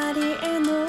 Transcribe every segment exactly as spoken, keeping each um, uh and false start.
マリエの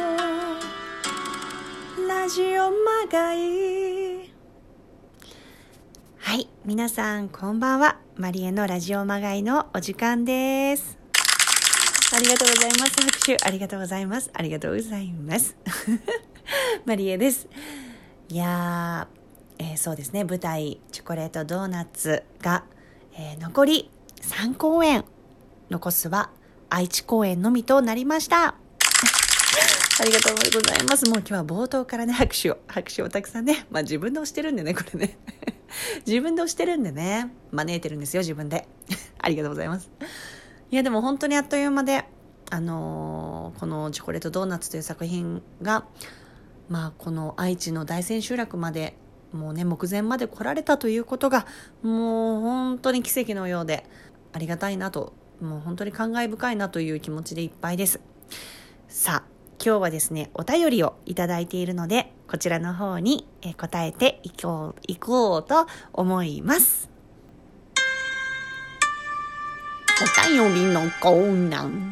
ラジオまがい。はい、皆さんこんばんは。マリエのラジオまがいのお時間です。ありがとうございます。拍手ありがとうございます。ありがとうございますマリエです。いやー、えー、そうですね、舞台チョコレートドーナツが、えー、残りさん公演、残すは愛知公演のみとなりましたありがとうございます。もう今日は冒頭からね、拍手を拍手をたくさんね、まあ自分で押してるんでね、これね自分で押してるんでね、招いてるんですよ、自分でありがとうございます。いやでも本当にあっという間で、あのー、このチョコレートドーナツという作品が、まあこの愛知の大千秋楽までもうね、目前まで来られたということがもう本当に奇跡のようでありがたいなと、もう本当に感慨深いなという気持ちでいっぱいです。さあ今日はですね、お便りをいただいているので、こちらの方に答えていこう、いこうと思います。お便りのコーナー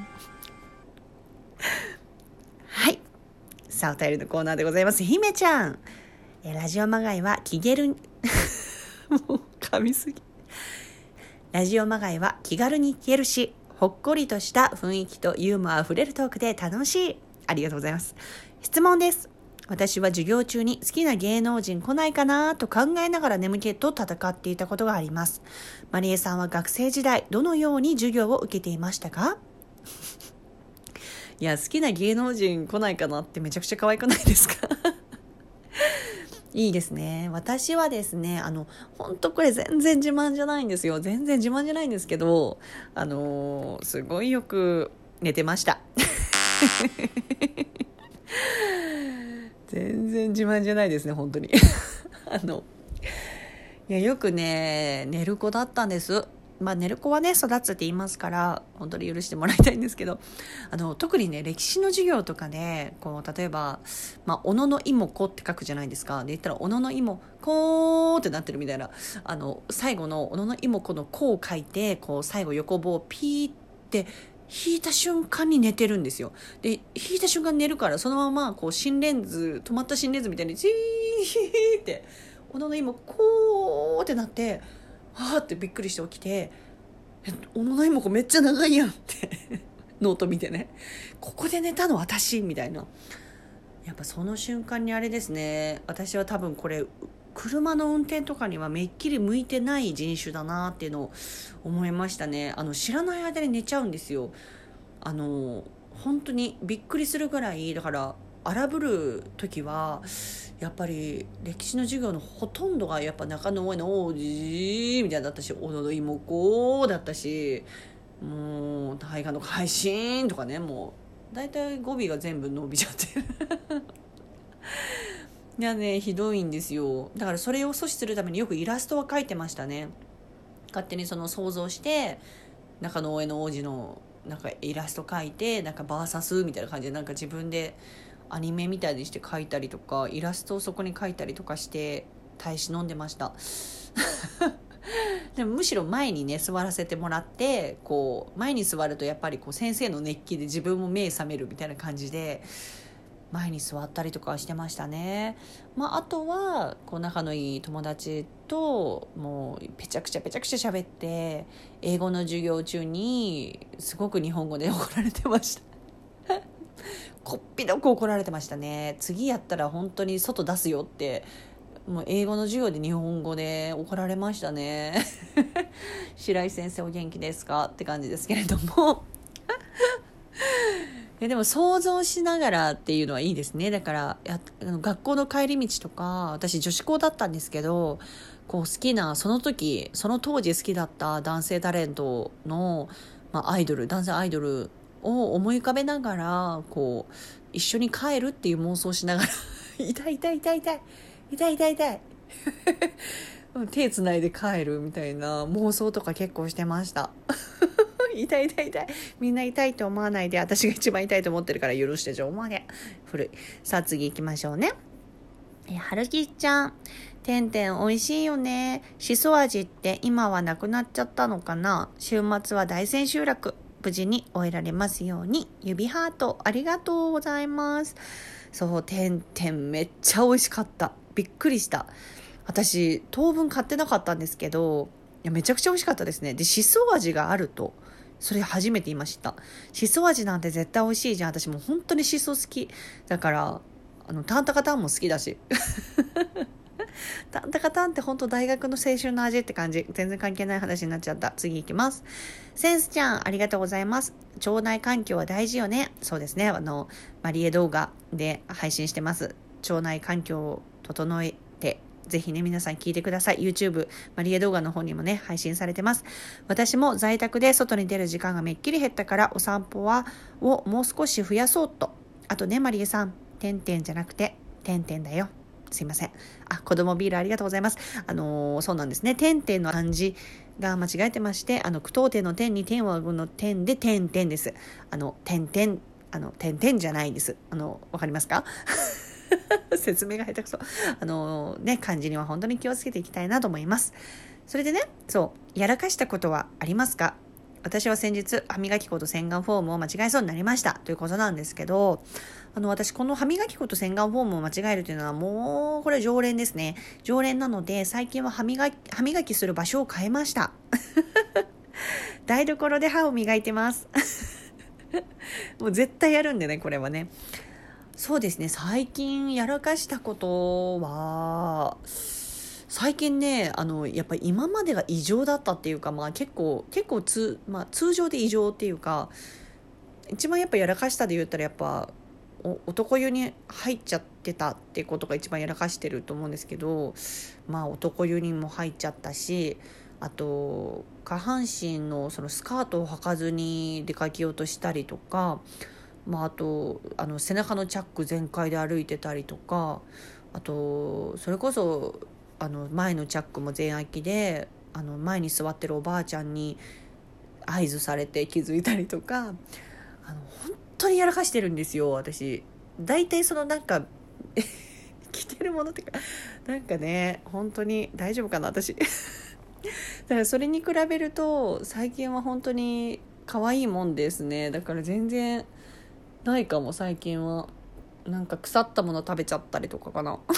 はい、さあお便りのコーナーでございます。ひめちゃん、ラジオまがいは気軽にもう噛みすぎラジオまがいは気軽に聞けるし、ほっこりとした雰囲気とユーモアあふれるトークで楽しい。ありがとうございます。質問です。私は授業中に好きな芸能人来ないかなと考えながら眠気と戦っていたことがあります。マリエさんは学生時代どのように授業を受けていましたか？いや、好きな芸能人来ないかなってめちゃくちゃ可愛くないですか？いいですね。私はですね、あの本当これ全然自慢じゃないんですよ。全然自慢じゃないんですけど、あのー、すごいよく寝てました全然自慢じゃないですね、本当にあのいや、よくね寝る子だったんです。まあ寝る子はね育つって言いますから、本当に許してもらいたいんですけど、あの特にね歴史の授業とかでこう例えば、まあ、小野の妹子って書くじゃないですか。で言ったら小野の妹子ってなってるみたいな、あの最後の小野の妹子の子を書いて、こう最後横棒をピーって引いた瞬間に寝てるんですよ。で引いた瞬間に寝るから、そのままこう心電図、止まった心電図みたいにジーって小野の妹子ってなって、はーってびっくりして起きて、え小野の妹子めっちゃ長いやんってノート見てね、ここで寝たの私みたいな。やっぱその瞬間にあれですね、私は多分これ車の運転とかにはめっきり向いてない人種だなっていうのを思いましたね。あの知らない間に寝ちゃうんですよ。あの本当にびっくりするぐらい。だから荒ぶる時はやっぱり歴史の授業のほとんどがやっぱ中野上の王子みたいだったし、小野の妹子だったし、もう大河の改新とかね、もうだいたい語尾が全部伸びちゃってるいやね、ひどいんですよ。だからそれを阻止するためによくイラストは描いてましたね。勝手にその想像して中野上の王子のなんかイラスト描いて、なんかバーサスみたいな感じでなんか自分でアニメみたいにして描いたりとか、イラストをそこに描いたりとかして耐え忍んでましたでもむしろ前にね座らせてもらって、こう前に座るとやっぱりこう先生の熱気で自分も目覚めるみたいな感じで前に座ったりとかしてましたね。まあ、あとはこう仲のいい友達ともうペチャクチャペチャクチャ喋って、英語の授業中にすごく日本語で怒られてましたこっぴどく怒られてましたね。次やったら本当に外出すよって、もう英語の授業で日本語で怒られましたね白井先生お元気ですかって感じですけれどもでも想像しながらっていうのはいいですね。だからや学校の帰り道とか、私女子校だったんですけど、こう好きなその時その当時好きだった男性タレントの、まあ、アイドル男性アイドルを思い浮かべながらこう一緒に帰るっていう妄想しながら痛い痛い痛い痛い痛い痛い痛い手つないで帰るみたいな妄想とか結構してました痛い痛い痛い、みんな痛いと思わないで、私が一番痛いと思ってるから許してちょ思わね古い。さあ次行きましょうね。えはるきちゃん、てんてん美味しいよね。しそ味って今はなくなっちゃったのかな。週末は大千秋楽、 無事に終えられますように。指ハートありがとうございます。そう、てんてんめっちゃ美味しかった。びっくりした。私当分買ってなかったんですけど、いやめちゃくちゃ美味しかったですね。で、しそ味があると、それ初めて言いました。しそ味なんて絶対美味しいじゃん。私もう本当にしそ好きだから、あのタンタカタンも好きだしタンタカタンって本当大学の青春の味って感じ。全然関係ない話になっちゃった。次行きます。センスちゃんありがとうございます。腸内環境は大事よね。そうですね、あのマリエ動画で配信してます。腸内環境を整えて、ぜひね皆さん聞いてください。 YouTube マリエ動画の方にもね配信されてます。私も在宅で外に出る時間がめっきり減ったから、お散歩はをもう少し増やそうと。あとねマリエさん、てんてんじゃなくててんてんだよ。すいません。あ、子供ビールありがとうございます。あのー、そうなんですね。てんてんの漢字が間違えてまして、あの句読点の点に点を挙ぐの点でてんてんです。あの点々あの点々じゃないです。あのわかりますか？説明が下手くそ。あのね、漢字には本当に気をつけていきたいなと思います。それでね、そうやらかしたことはありますか？私は先日歯磨き粉と洗顔フォームを間違えそうになりましたということなんですけど、あの私この歯磨き粉と洗顔フォームを間違えるというのはもうこれ常連ですね。常連なので、最近は歯磨き、歯磨きする場所を変えました。台所で歯を磨いてます。もう絶対やるんでね、これはね。そうですね、最近やらかしたことは、最近ね、あのやっぱり今までが異常だったっていうか、まあ結構結構通、まあ、通常で異常っていうか、一番やっぱやらかしたで言ったらやっぱお男湯に入っちゃってたってことが一番やらかしてると思うんですけど、まあ男湯にも入っちゃったし、あと下半身のそのスカートを履かずに出かけようとしたりとか、まあ、あとあの背中のチャック全開で歩いてたりとか、あとそれこそあの前のチャックも全開きで、あの前に座ってるおばあちゃんに合図されて気づいたりとか、あの本当にやらかしてるんですよ私。だいたいそのなんか着てるものってか、なんかね本当に大丈夫かな私。だからそれに比べると最近は本当に可愛いもんですね。だから全然ないかも。最近はなんか腐ったもの食べちゃったりとかかな。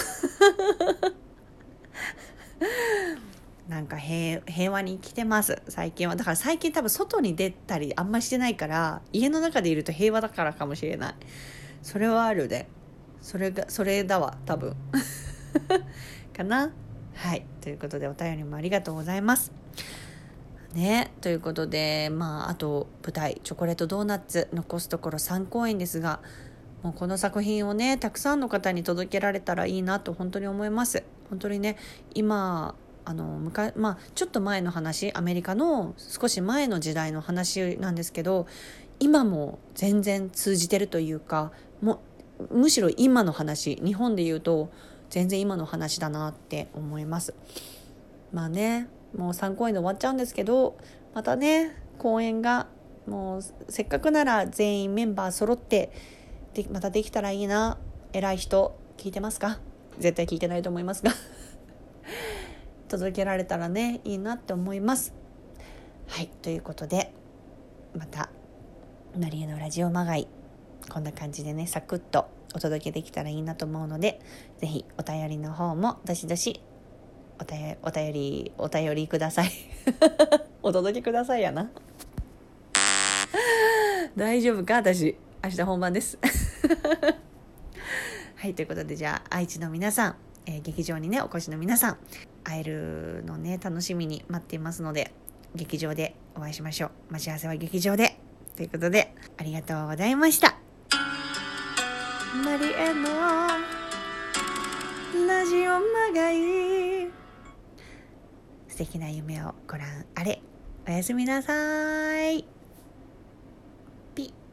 なんか 平, 平和に生きてます最近は。だから最近多分外に出たりあんましてないから、家の中でいると平和だからかもしれない。それはあるで、それがそれだわ多分。かな。はい、ということでお便りもありがとうございますね。ということで、まああと舞台チョコレートドーナツ残すところさん公演ですが、もうこの作品をねたくさんの方に届けられたらいいなと本当に思います。本当にね、今あの昔、まあ、ちょっと前の話、アメリカの少し前の時代の話なんですけど、今も全然通じてるというか、もむしろ今の話、日本で言うと全然今の話だなって思います。まあね、もうさん公演で終わっちゃうんですけど、またね公演がもうせっかくなら全員メンバー揃ってでまたできたらいいな。偉い人聞いてますか？絶対聞いてないと思いますが届けられたらねいいなって思います。はい、ということでまたマリエのラジオまがい、こんな感じでねサクッとお届けできたらいいなと思うので、ぜひお便りの方もどしどしおたよお便りお便りください。お届けくださいやな。大丈夫か私、明日本番です。はい、ということで、じゃあ愛知の皆さん、えー、劇場にねお越しの皆さん、会えるのね楽しみに待っていますので、劇場でお会いしましょう。待ち合わせは劇場でということで、ありがとうございました。マリエのラジオまがい、素敵な夢をご覧あれ。おやすみなさい。